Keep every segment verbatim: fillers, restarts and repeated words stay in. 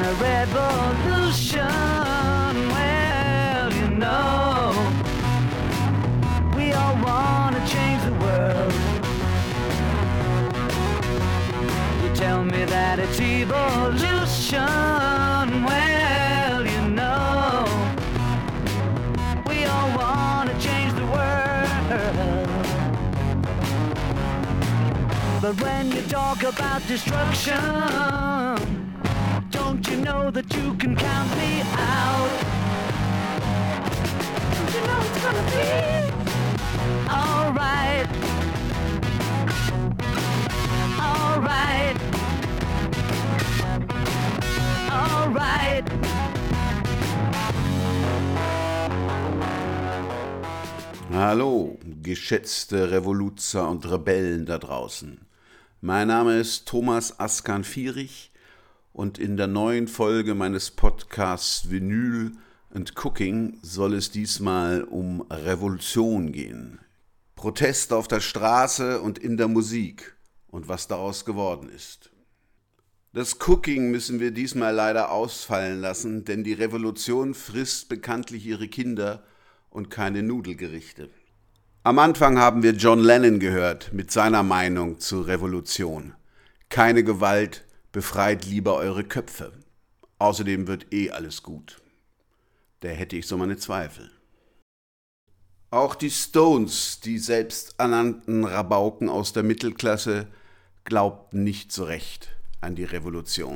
want a revolution. Well, you know, we all want to change the world. You tell me that it's evolution. Well, you know, we all want to change the world. But when you talk about destruction, don't you know that you can count me out? Don't you know it's gonna be alright? Alright. Alright. Hallo, geschätzte Revoluzer und Rebellen da draußen. Mein Name ist Thomas Askan-Vierich und in der neuen Folge meines Podcasts Vinyl and Cooking soll es diesmal um Revolution gehen. Protest auf der Straße und in der Musik und was daraus geworden ist. Das Cooking müssen wir diesmal leider ausfallen lassen, denn die Revolution frisst bekanntlich ihre Kinder und keine Nudelgerichte. Am Anfang haben wir John Lennon gehört mit seiner Meinung zur Revolution. Keine Gewalt, befreit lieber eure Köpfe. Außerdem wird eh alles gut. Da hätte ich so meine Zweifel. Auch die Stones, die selbsternannten Rabauken aus der Mittelklasse, glaubten nicht so recht an die Revolution.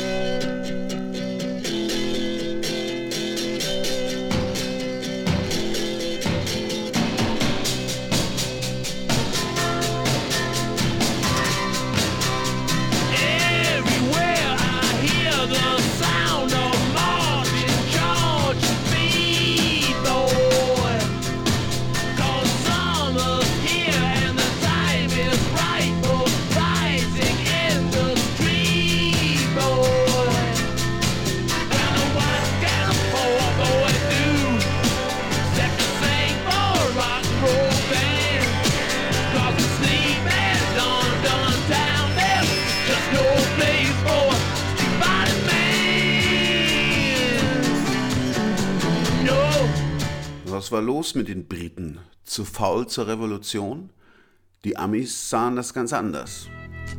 Was war los mit den Briten? Zu faul zur Revolution? Die Amis sahen das ganz anders.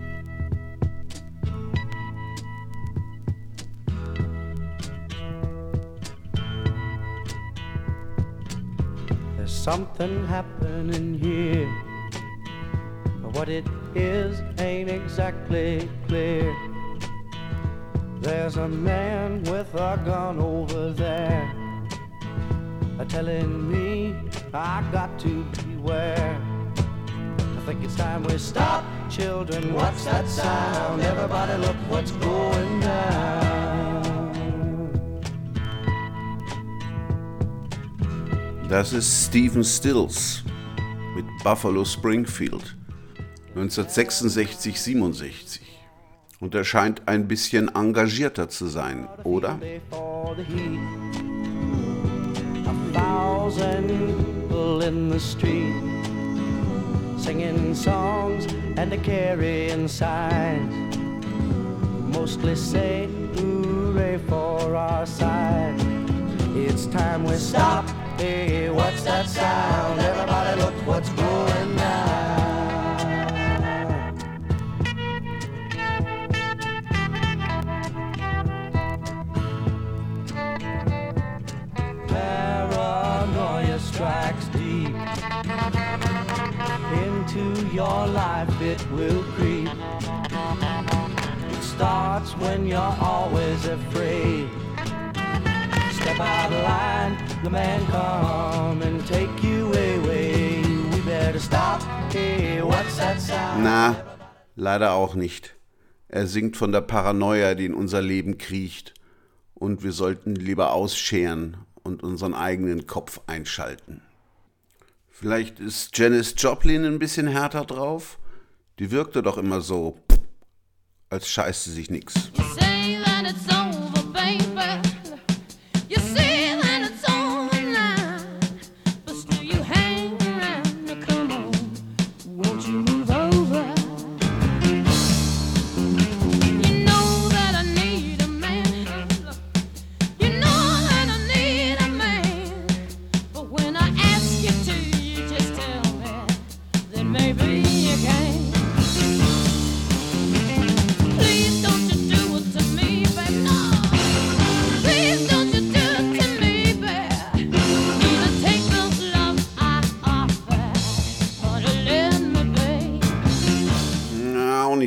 There's something happening here, but what it is ain't exactly clear. There's a man with a gun over there, telling me I got to beware. I think it's time we stop, children. What's that sound? Everybody look what's going down. Das ist Stephen Stills mit Buffalo Springfield neunzehnhundertsechsundsechzig siebenundsechzig. Und er scheint ein bisschen engagierter zu sein, oder? Thousand people in the street, singing songs and a carrying signs, mostly say hooray for our side. It's time we stop. Hey, what's that sound? Everybody look what's going down. Strikes deep into your life, it will creep. It starts when you're always afraid. Step out of line, the man come and take you away. We better stop. Hey, what's that sound? Na, leider auch nicht. Er singt von der Paranoia, die in unser Leben kriecht. Und wir sollten lieber ausscheren und unseren eigenen Kopf einschalten. Vielleicht ist Janis Joplin ein bisschen härter drauf. Die wirkte doch immer so, als scheißt sie sich nix.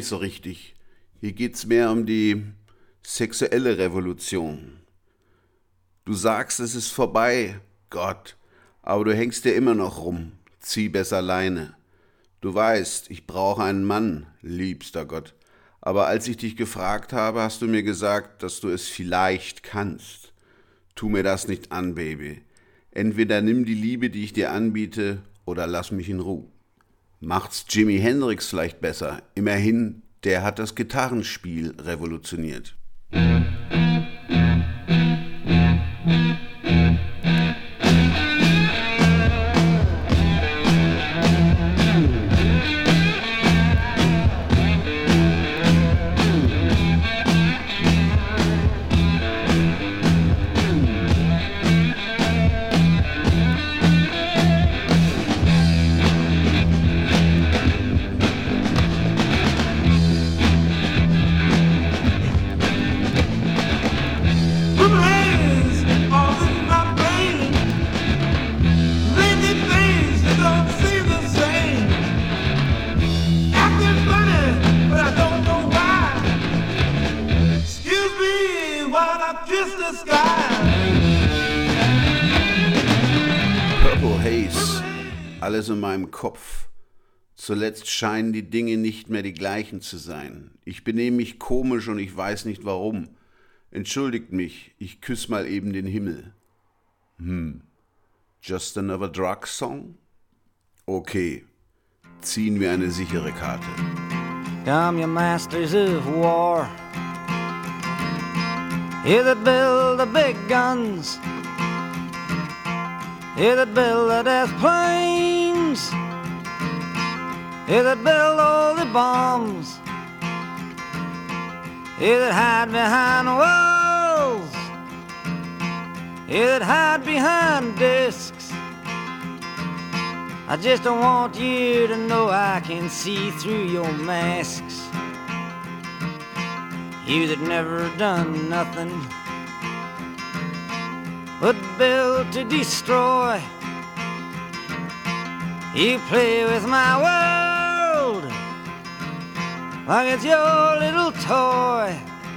so richtig. Hier geht's mehr um die sexuelle Revolution. Du sagst, es ist vorbei, Gott, aber du hängst dir immer noch rum. Zieh besser Leine. Du weißt, ich brauche einen Mann, liebster Gott. Aber als ich dich gefragt habe, hast du mir gesagt, dass du es vielleicht kannst. Tu mir das nicht an, Baby. Entweder nimm die Liebe, die ich dir anbiete, oder lass mich in Ruhe. Macht's Jimi Hendrix vielleicht besser. Immerhin, der hat das Gitarrenspiel revolutioniert. Purple Haze, alles in meinem Kopf. Zuletzt scheinen die Dinge nicht mehr die gleichen zu sein. Ich benehme mich komisch und ich weiß nicht warum. Entschuldigt mich, ich küss mal eben den Himmel. Hm, just another drug song? Okay, ziehen wir eine sichere Karte. Come, you masters of war, you that build the big guns, you that build the death planes, you that build all the bombs, you that hide behind walls, you that hide behind discs. I just don't want you to know I can see through your masks. You that never done nothing but build to destroy. You play with my world like it's your little toy.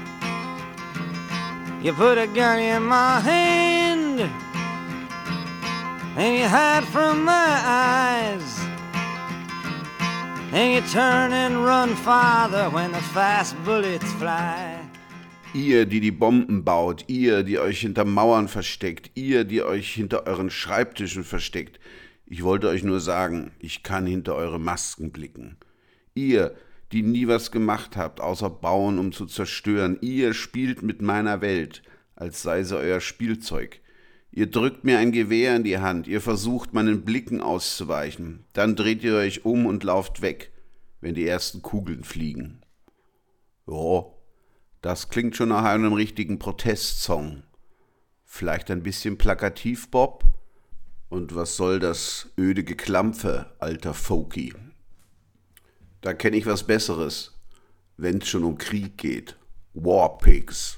You put a gun in my hand and you hide from my eyes, and you turn and run farther when the fast bullets fly. Ihr, die die Bomben baut, ihr, die euch hinter Mauern versteckt, ihr, die euch hinter euren Schreibtischen versteckt. Ich wollte euch nur sagen, ich kann hinter eure Masken blicken. Ihr, die nie was gemacht habt, außer bauen, um zu zerstören. Ihr spielt mit meiner Welt, als sei sie euer Spielzeug. Ihr drückt mir ein Gewehr in die Hand, ihr versucht, meinen Blicken auszuweichen. Dann dreht ihr euch um und lauft weg, wenn die ersten Kugeln fliegen. Jo, das klingt schon nach einem richtigen Protestsong. Vielleicht ein bisschen plakativ, Bob? Und was soll das öde Geklampfe, alter Folky? Da kenne ich was Besseres, wenn's schon um Krieg geht. Warpigs.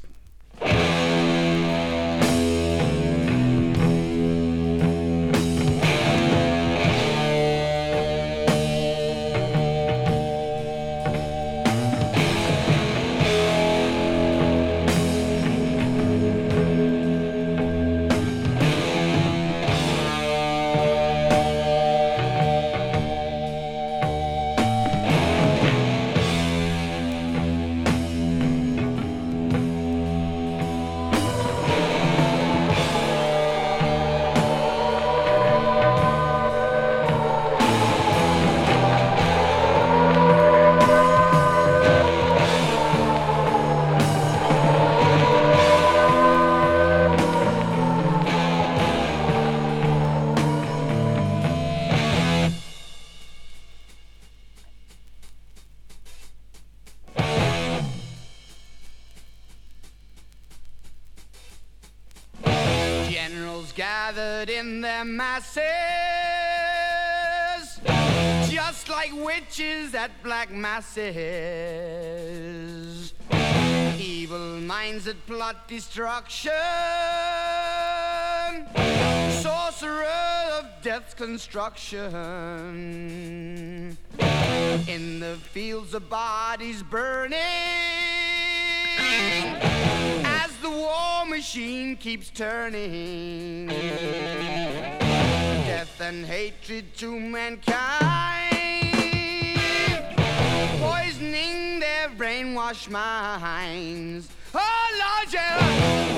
Gathered in their masses, just like witches at black masses, evil minds that plot destruction, sorcerer of death's construction. In the fields of bodies burning, as the war machine keeps turning, death and hatred to mankind, poisoning their brainwashed minds. Oh Lord, yeah.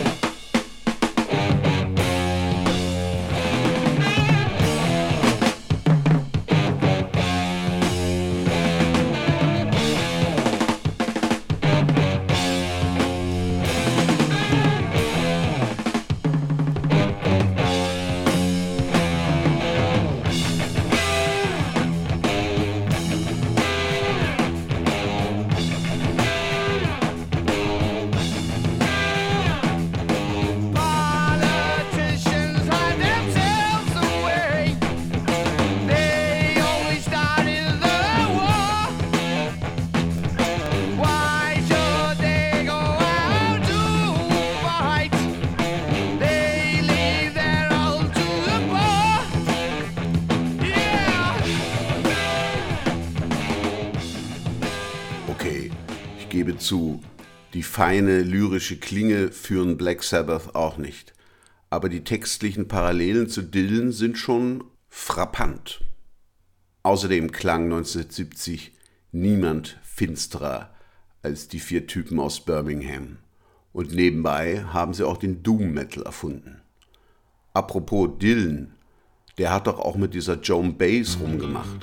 Zu. Die feine lyrische Klinge führen Black Sabbath auch nicht. Aber die textlichen Parallelen zu Dylan sind schon frappant. Außerdem klang neunzehnhundertsiebzig niemand finsterer als die vier Typen aus Birmingham. Und nebenbei haben sie auch den Doom Metal erfunden. Apropos Dylan, der hat doch auch mit dieser Joan Baez rumgemacht.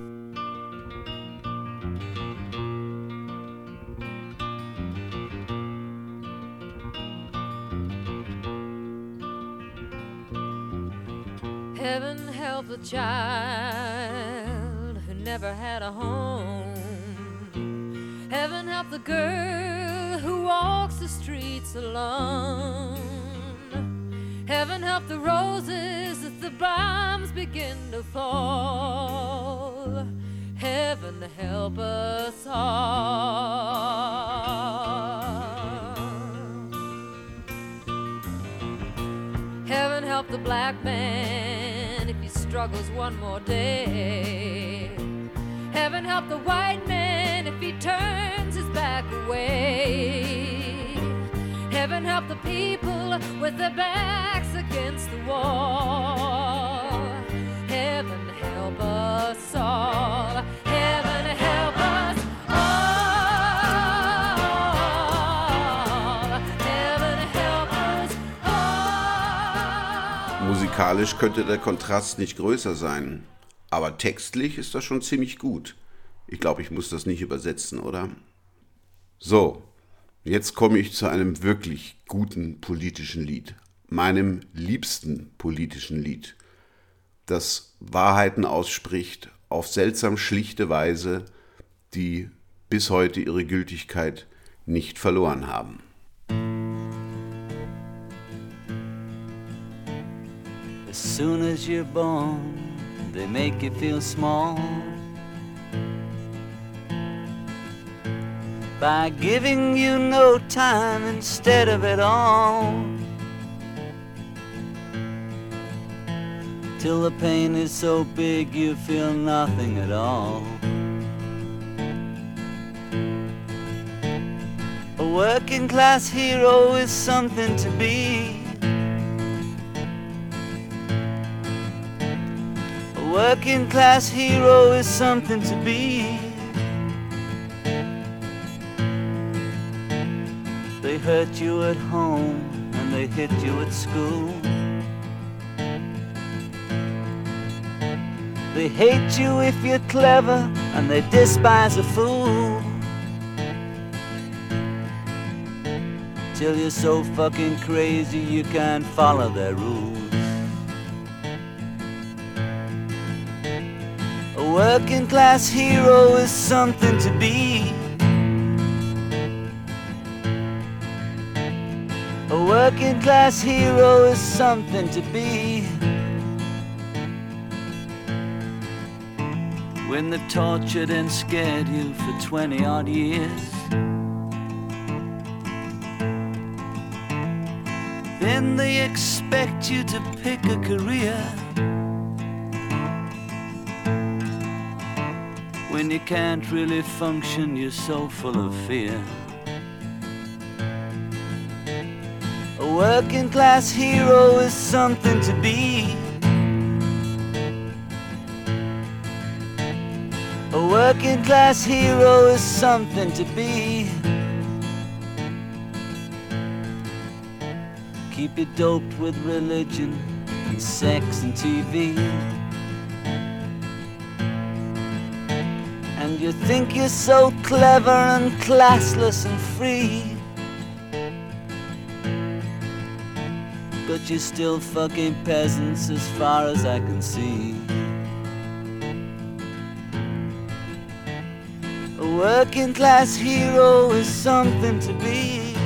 Heaven help the child who never had a home. Heaven help the girl who walks the streets alone. Heaven help the roses as the bombs begin to fall. Heaven help us all. Heaven help the black man if he struggles one more day. Heaven help the white man if he turns his back away. Heaven help the people with their backs against the wall. Heaven help us all. Heaven help us all. Heaven help us all. Musikalisch könnte der Kontrast nicht größer sein, aber textlich ist das schon ziemlich gut. Ich glaube, ich muss das nicht übersetzen, oder? So, jetzt komme ich zu einem wirklich guten politischen Lied. Meinem liebsten politischen Lied, das Wahrheiten ausspricht auf seltsam schlichte Weise, die bis heute ihre Gültigkeit nicht verloren haben. As soon as you're born, they make you feel small by giving you no time instead of it all, till the pain is so big you feel nothing at all. A working class hero is something to be. A working class hero is something to be. They hurt you at home and they hit you at school. They hate you if you're clever and they despise a fool. Till you're so fucking crazy you can't follow their rules. A working class hero is something to be. A working class hero is something to be. When they've tortured and scared you for twenty odd years, then they expect you to pick a career. When you can't really function, you're so full of fear. A working class hero is something to be. A working class hero is something to be. Keep you doped with religion and sex and T V. And you think you're so clever and classless and free, but you're still fucking peasants as far as I can see. A working class hero is something to be.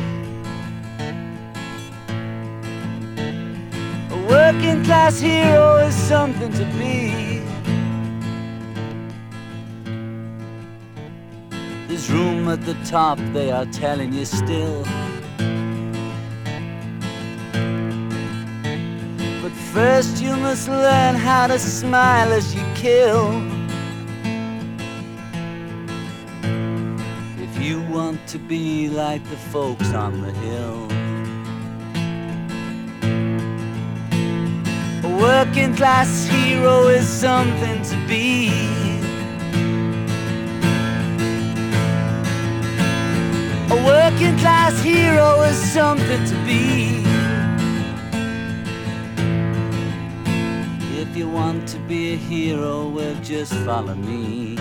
A working class hero is something to be. There's room at the top, they are telling you still. But first you must learn how to smile as you kill. If you want to be like the folks on the hill. A working class hero is something to be. A working class hero is something to be. If you want to be a hero, well, just follow me.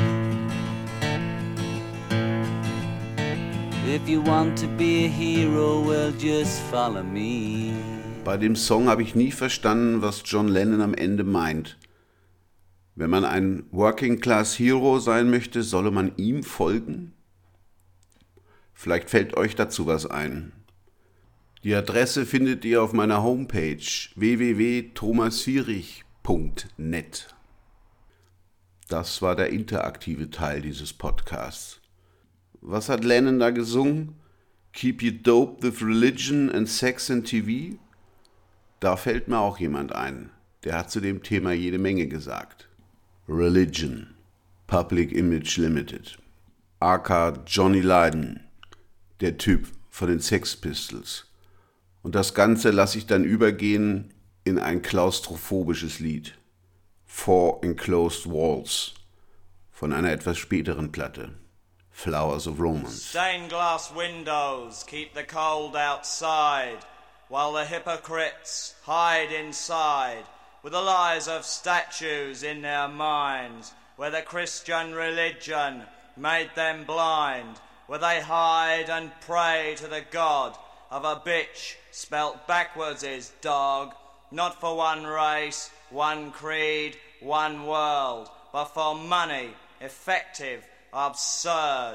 If you want to be a hero, well, just follow me. Bei dem Song habe ich nie verstanden, was John Lennon am Ende meint. Wenn man ein Working Class Hero sein möchte, solle man ihm folgen? Vielleicht fällt euch dazu was ein. Die Adresse findet ihr auf meiner Homepage w w w punkt thomas vierich punkt net. Das war der interaktive Teil dieses Podcasts. Was hat Lennon da gesungen? Keep you dope with religion and sex and T V? Da fällt mir auch jemand ein. Der hat zu dem Thema jede Menge gesagt. Religion, Public Image Limited, aka Johnny Lydon, der Typ von den Sex Pistols. Und das Ganze lasse ich dann übergehen in ein klaustrophobisches Lied. Four Enclosed Walls von einer etwas späteren Platte. Flowers of Romance. Stained glass windows keep the cold outside, while the hypocrites hide inside, with the lies of statues in their minds, where the Christian religion made them blind, where they hide and pray to the God of a bitch spelt backwards is dog, not for one race, one creed, one world, but for money, effective, absurd.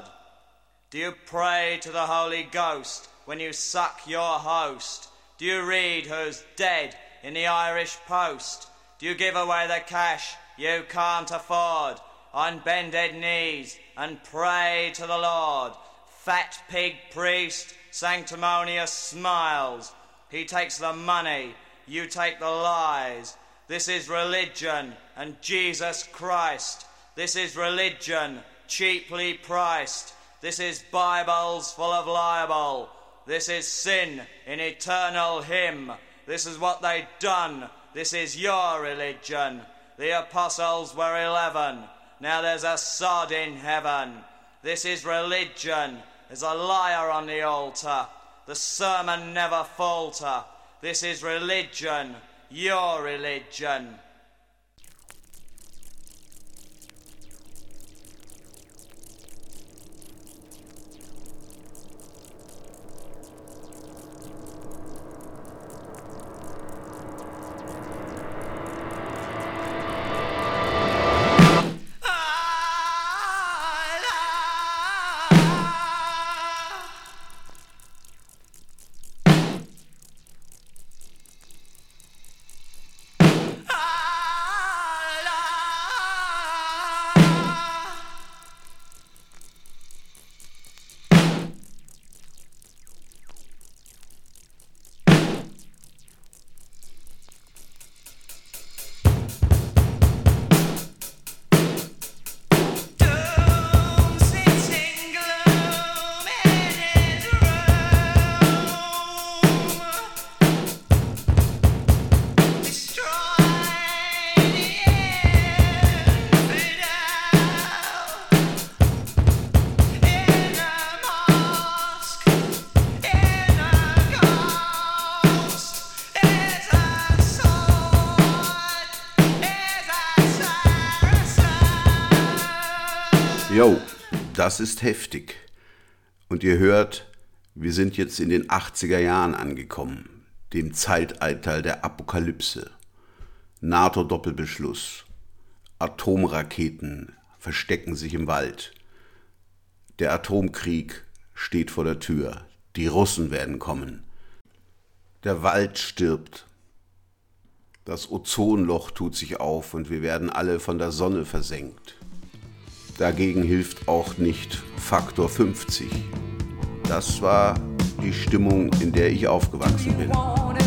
Do you pray to the Holy Ghost when you suck your host? Do you read who's dead in the Irish Post? Do you give away the cash you can't afford on bended knees and pray to the Lord? Fat pig priest, sanctimonious smiles. He takes the money, you take the lies. This is religion and Jesus Christ. This is religion, cheaply priced. This is Bibles full of libel. This is sin in eternal hymn. This is what they done. This is your religion. The apostles were eleven. Now there's a sod in heaven. This is religion. There's a liar on the altar. The sermon never falter. This is religion. Your religion. Ah! Jo, das ist heftig. Und ihr hört, wir sind jetzt in den achtziger Jahren angekommen, dem Zeitalter der Apokalypse. NATO-Doppelbeschluss, Atomraketen verstecken sich im Wald. Der Atomkrieg steht vor der Tür, die Russen werden kommen. Der Wald stirbt. Das Ozonloch tut sich auf und wir werden alle von der Sonne versenkt. Dagegen hilft auch nicht Faktor fünfzig. Das war die Stimmung, in der ich aufgewachsen bin.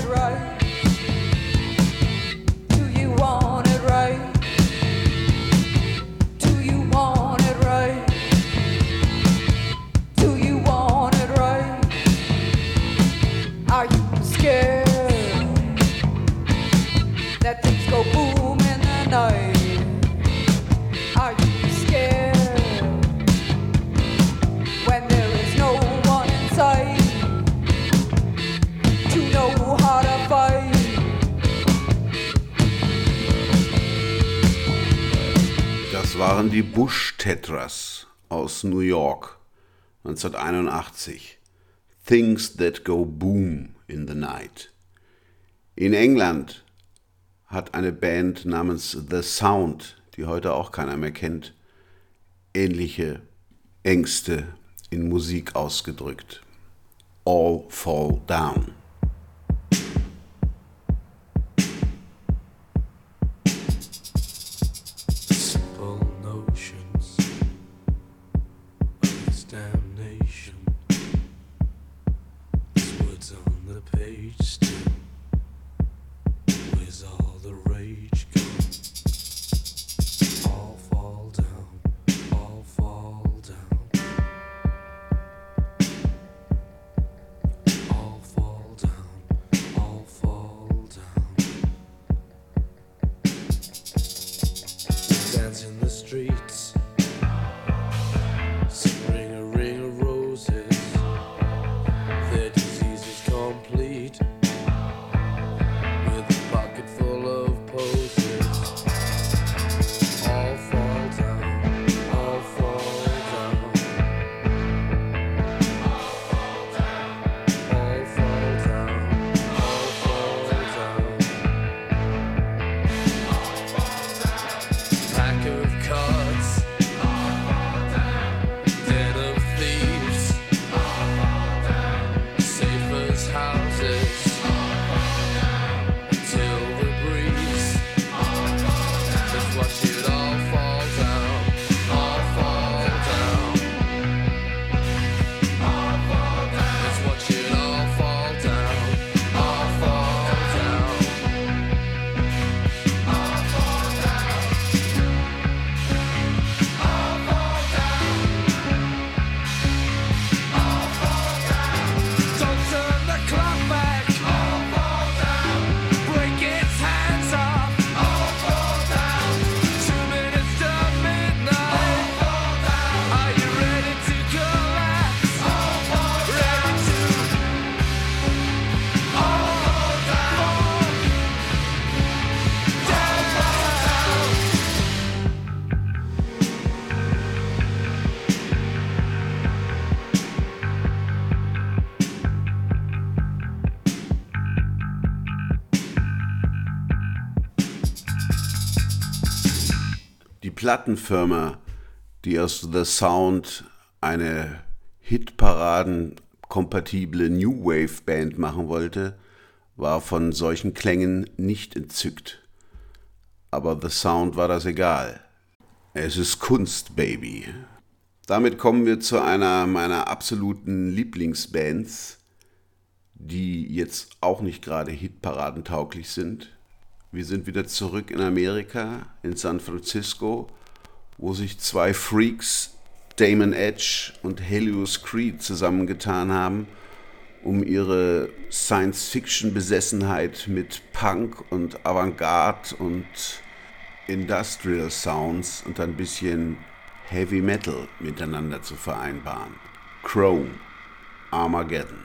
Das waren die Bush Tetras aus New York neunzehnhunderteinundachtzig. Things that go boom in the night. In England hat eine Band namens The Sound, die heute auch keiner mehr kennt, ähnliche Ängste in Musik ausgedrückt. All Fall Down. Plattenfirma, die aus The Sound eine Hitparaden-kompatible New Wave Band machen wollte, war von solchen Klängen nicht entzückt. Aber The Sound war das egal. Es ist Kunst, Baby. Damit kommen wir zu einer meiner absoluten Lieblingsbands, die jetzt auch nicht gerade hitparadentauglich sind. Wir sind wieder zurück in Amerika, in San Francisco, wo sich zwei Freaks, Damon Edge und Helios Creed, zusammengetan haben, um ihre Science-Fiction-Besessenheit mit Punk und Avantgarde und Industrial Sounds und ein bisschen Heavy Metal miteinander zu vereinbaren. Chrome, Armageddon.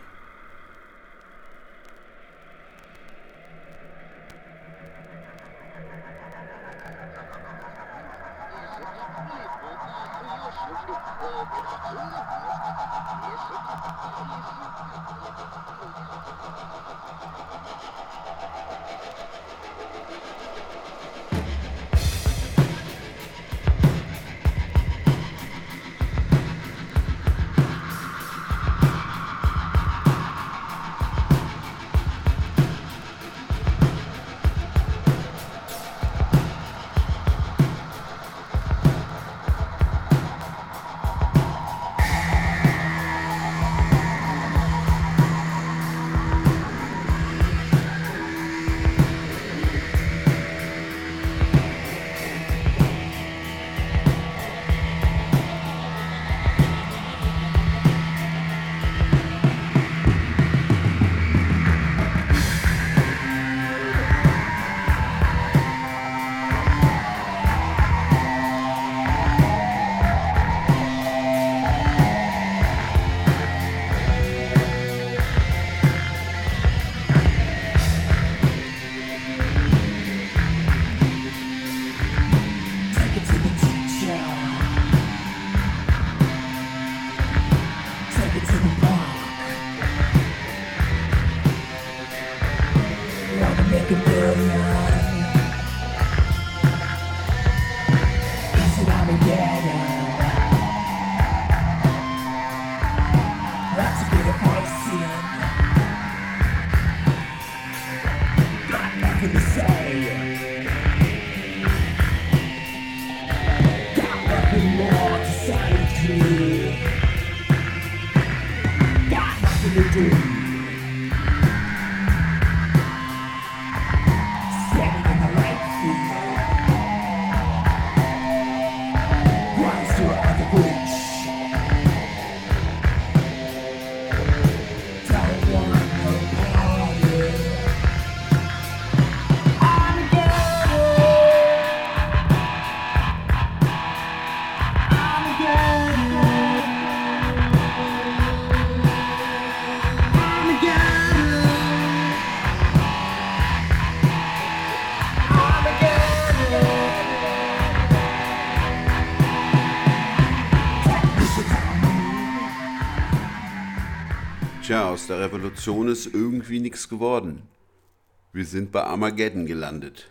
Tja, aus der Revolution ist irgendwie nichts geworden. Wir sind bei Armageddon gelandet.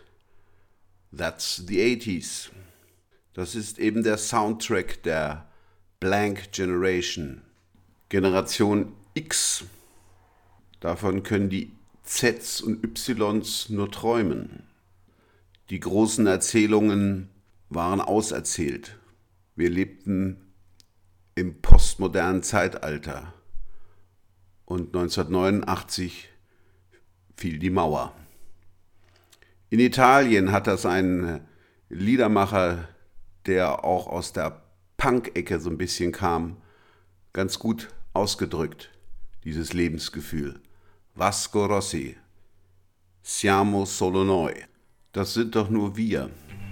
That's the eighties. Das ist eben der Soundtrack der Blank Generation. Generation X. Davon können die Zs und Ys nur träumen. Die großen Erzählungen waren auserzählt. Wir lebten im postmodernen Zeitalter. Und neunzehnhundertneunundachtzig fiel die Mauer. In Italien hat das ein Liedermacher, der auch aus der Punk-Ecke so ein bisschen kam, ganz gut ausgedrückt, dieses Lebensgefühl. Vasco Rossi, Siamo solo noi. Das sind doch nur wir.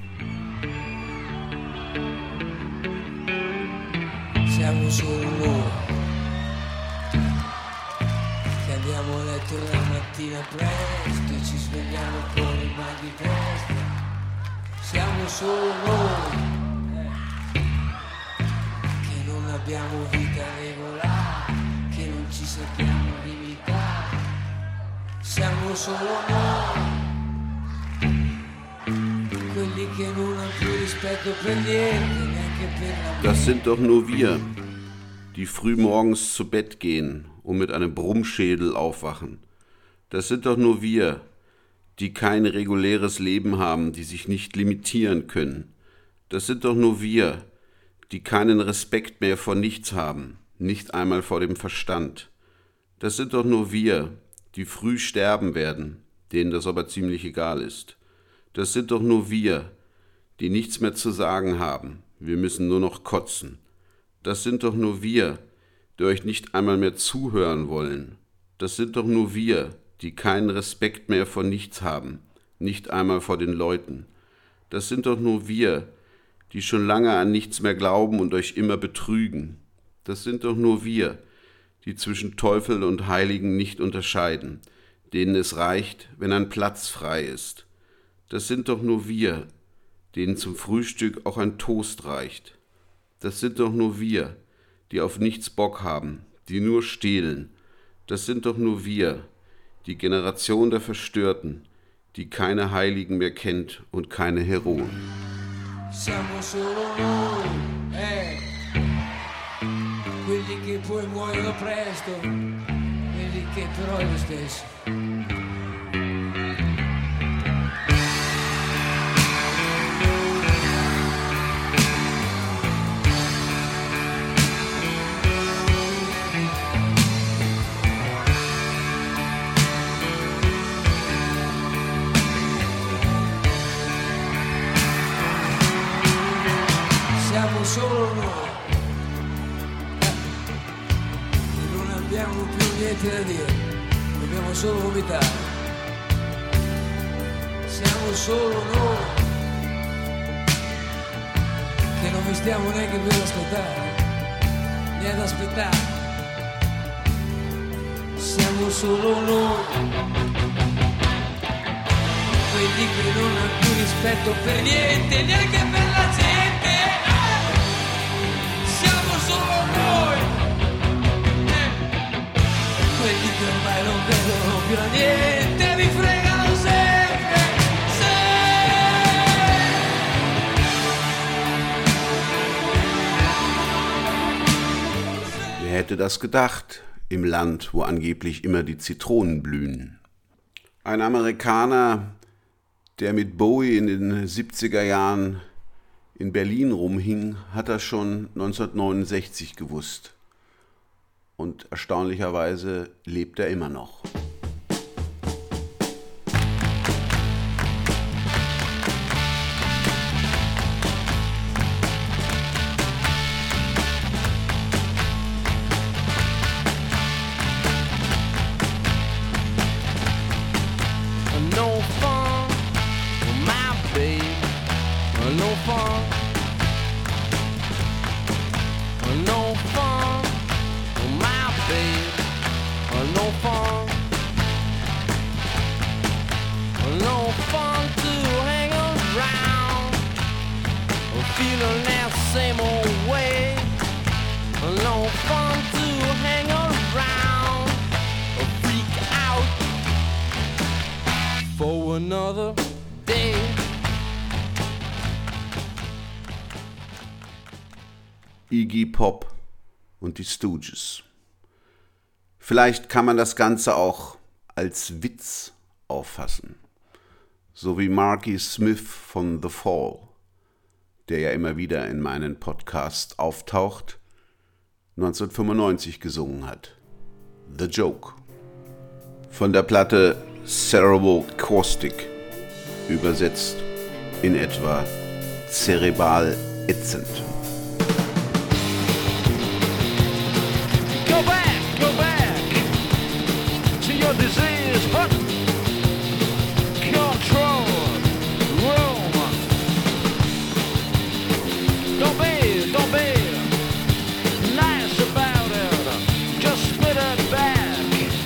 Siamo solo noi. Abbiamo letto la mattina presto e ci svegliamo con le mani di testa. Siamo solo noi che non abbiamo vita regolare, che non ci sappiamo limitare. Siamo solo noi quelli che non hanno più rispetto per niente, neanche per la. Das sind doch nur wir, die früh morgens zu Bett gehen und mit einem Brummschädel aufwachen. Das sind doch nur wir, die kein reguläres Leben haben, die sich nicht limitieren können. Das sind doch nur wir, die keinen Respekt mehr vor nichts haben, nicht einmal vor dem Verstand. Das sind doch nur wir, die früh sterben werden, denen das aber ziemlich egal ist. Das sind doch nur wir, die nichts mehr zu sagen haben, wir müssen nur noch kotzen. Das sind doch nur wir, die euch nicht einmal mehr zuhören wollen. Das sind doch nur wir, die keinen Respekt mehr vor nichts haben, nicht einmal vor den Leuten. Das sind doch nur wir, die schon lange an nichts mehr glauben und euch immer betrügen. Das sind doch nur wir, die zwischen Teufel und Heiligen nicht unterscheiden, denen es reicht, wenn ein Platz frei ist. Das sind doch nur wir, denen zum Frühstück auch ein Toast reicht. Das sind doch nur wir, die auf nichts Bock haben, die nur stehlen. Das sind doch nur wir, die Generation der Verstörten, die keine Heiligen mehr kennt und keine Heroen. Siamo solo noi, eh, quelli che poi muoiono presto, quelli che però è lo stesso. Siamo solo noi, e non abbiamo più niente da dire, dobbiamo solo vomitare. Siamo solo noi, che non vi stiamo neanche più ad ascoltare, né ad aspettare. Siamo solo noi, quelli che non hanno più rispetto per niente, neanche per la gente. Solo noi, eh. Quelli che ormai non vedono più niente, mi fregano sempre, Wer hätte das gedacht, im Land, wo angeblich immer die Zitronen blühen? Ein Amerikaner, der mit Bowie in den siebziger Jahren in Berlin rumhing, hat das schon neunzehnhundertneunundsechzig gewusst. Und erstaunlicherweise lebt er immer noch. No fun, my babe. No fun. No fun, my babe. No fun. No fun to hang around, feeling that same old way. No fun to hang around, freak out for another day. Iggy Pop und die Stooges. Vielleicht kann man das Ganze auch als Witz auffassen. So wie Marky Smith von The Fall, der ja immer wieder in meinen Podcasts auftaucht, neunzehnhundertfünfundneunzig gesungen hat. The Joke. Von der Platte Cerebral Caustic, übersetzt in etwa zerebral ätzend. Go back, go back to your disease, but control room. Don't be, don't be nice about it. Just spit it back.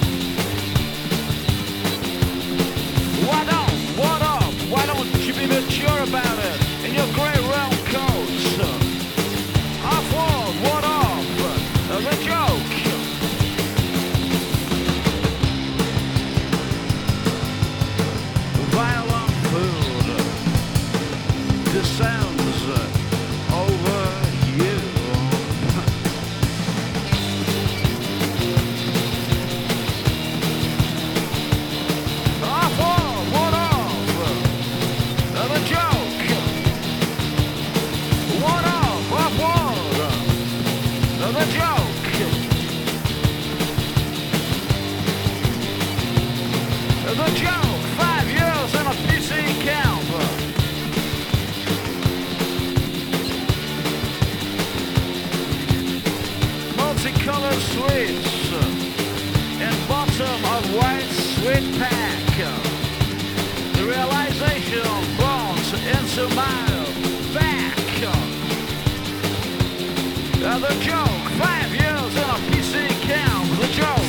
Why don't, what up? Why don't you be mature about it in your gray round coats? Off world, what up? The joke. Violent food descends over you. Off world, what off? The joke. What off? Off world. The joke. The joke, five years in a P C camp. Multicolored sweets in bottom of white sweet pack. The realization bones into my back. The joke, five years in a P C camp. The joke.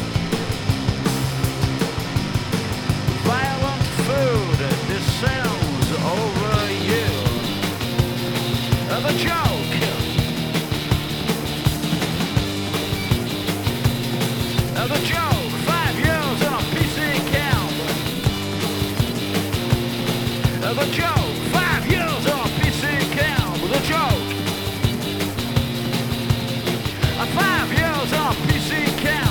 Violent food descends The joke, five years on a P C camp. The joke, five years on a P C camp. The joke, five years on a P C camp.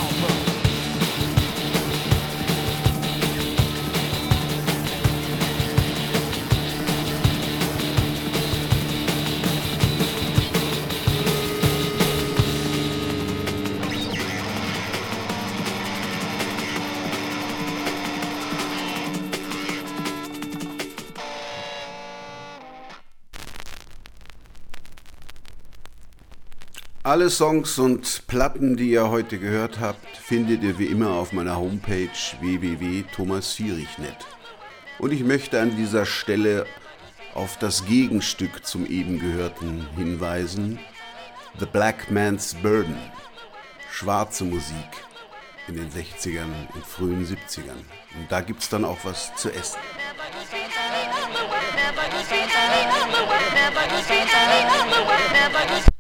Alle Songs und Platten, die ihr heute gehört habt, findet ihr wie immer auf meiner Homepage w w w punkt thomas vierich punkt net. Und ich möchte an dieser Stelle auf das Gegenstück zum eben Gehörten hinweisen: The Black Man's Burden, schwarze Musik in den sechzigern und frühen siebzigern. Und da gibt's dann auch was zu essen. Never